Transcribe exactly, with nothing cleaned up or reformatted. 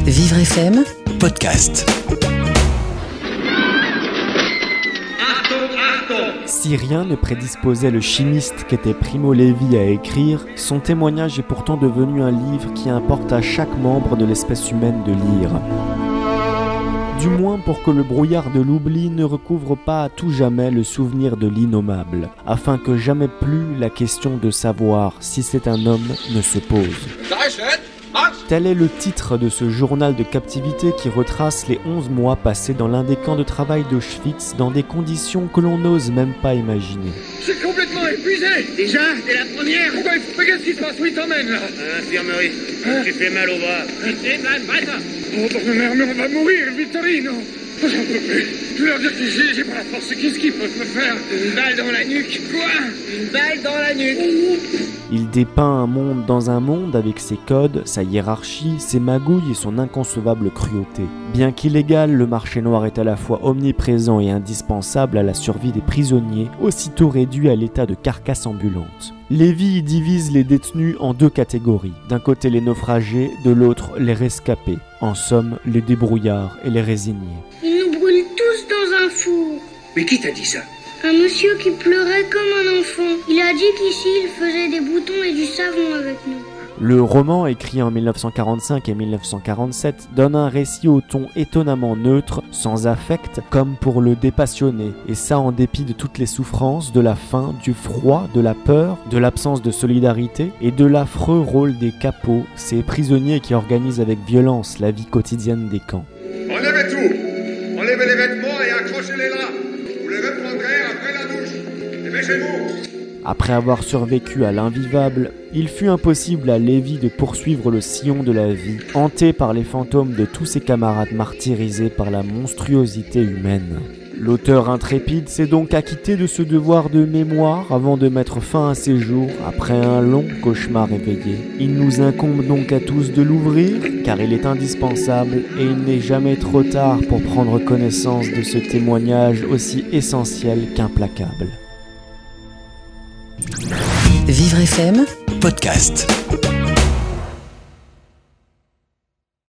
Vivre F M Podcast. Si rien ne prédisposait le chimiste qu'était Primo Levi à écrire, son témoignage est pourtant devenu un livre qui importe à chaque membre de l'espèce humaine de lire. Du moins pour que le brouillard de l'oubli ne recouvre pas à tout jamais le souvenir de l'innommable, afin que jamais plus la question de savoir si c'est un homme ne se pose. Tel est le titre de ce journal de captivité qui retrace les onze mois passés dans l'un des camps de travail d'Auschwitz dans des conditions que l'on n'ose même pas imaginer. Je suis complètement épuisé. Déjà, dès la première. Ouais, mais qu'est-ce qui se passe? Où il t'emmène là? À l'infirmerie. Hein? Tu fais mal au bras. Restez, Blan, weiter. Oh, bord de merde, mais on va mourir, Vittorino. J'en peux plus. Je vais leur dire que j'ai, j'ai pas la force. Qu'est-ce qu'ils peuvent me faire? Une balle dans la nuque. Quoi? Une balle dans la nuque. Il dépeint un monde dans un monde avec ses codes, sa hiérarchie, ses magouilles et son inconcevable cruauté. Bien qu'illégal, le marché noir est à la fois omniprésent et indispensable à la survie des prisonniers, aussitôt réduits à l'état de carcasse ambulante. Levi y divise les détenus en deux catégories. D'un côté les naufragés, de l'autre les rescapés. En somme, les débrouillards et les résignés. Ils nous brûlent tous dans un four. Mais qui t'a dit ça? Un monsieur qui pleurait comme un enfant. Il a dit qu'ici, il faisait des boutons et du savon avec nous. Le roman, écrit en mille neuf cent quarante-cinq et mille neuf cent quarante-sept, donne un récit au ton étonnamment neutre, sans affect, comme pour le dépassionner, et ça en dépit de toutes les souffrances, de la faim, du froid, de la peur, de l'absence de solidarité, et de l'affreux rôle des capots, ces prisonniers qui organisent avec violence la vie quotidienne des camps. Enlevez tout! Enlevez les vêtements et accrochez les draps! Vous les reprendrez après la douche! Dépêchez-vous! Après avoir survécu à l'invivable, il fut impossible à Levi de poursuivre le sillon de la vie, hanté par les fantômes de tous ses camarades martyrisés par la monstruosité humaine. L'auteur intrépide s'est donc acquitté de ce devoir de mémoire avant de mettre fin à ses jours après un long cauchemar éveillé. Il nous incombe donc à tous de l'ouvrir, car il est indispensable et il n'est jamais trop tard pour prendre connaissance de ce témoignage aussi essentiel qu'implacable. Vivre F M Podcast.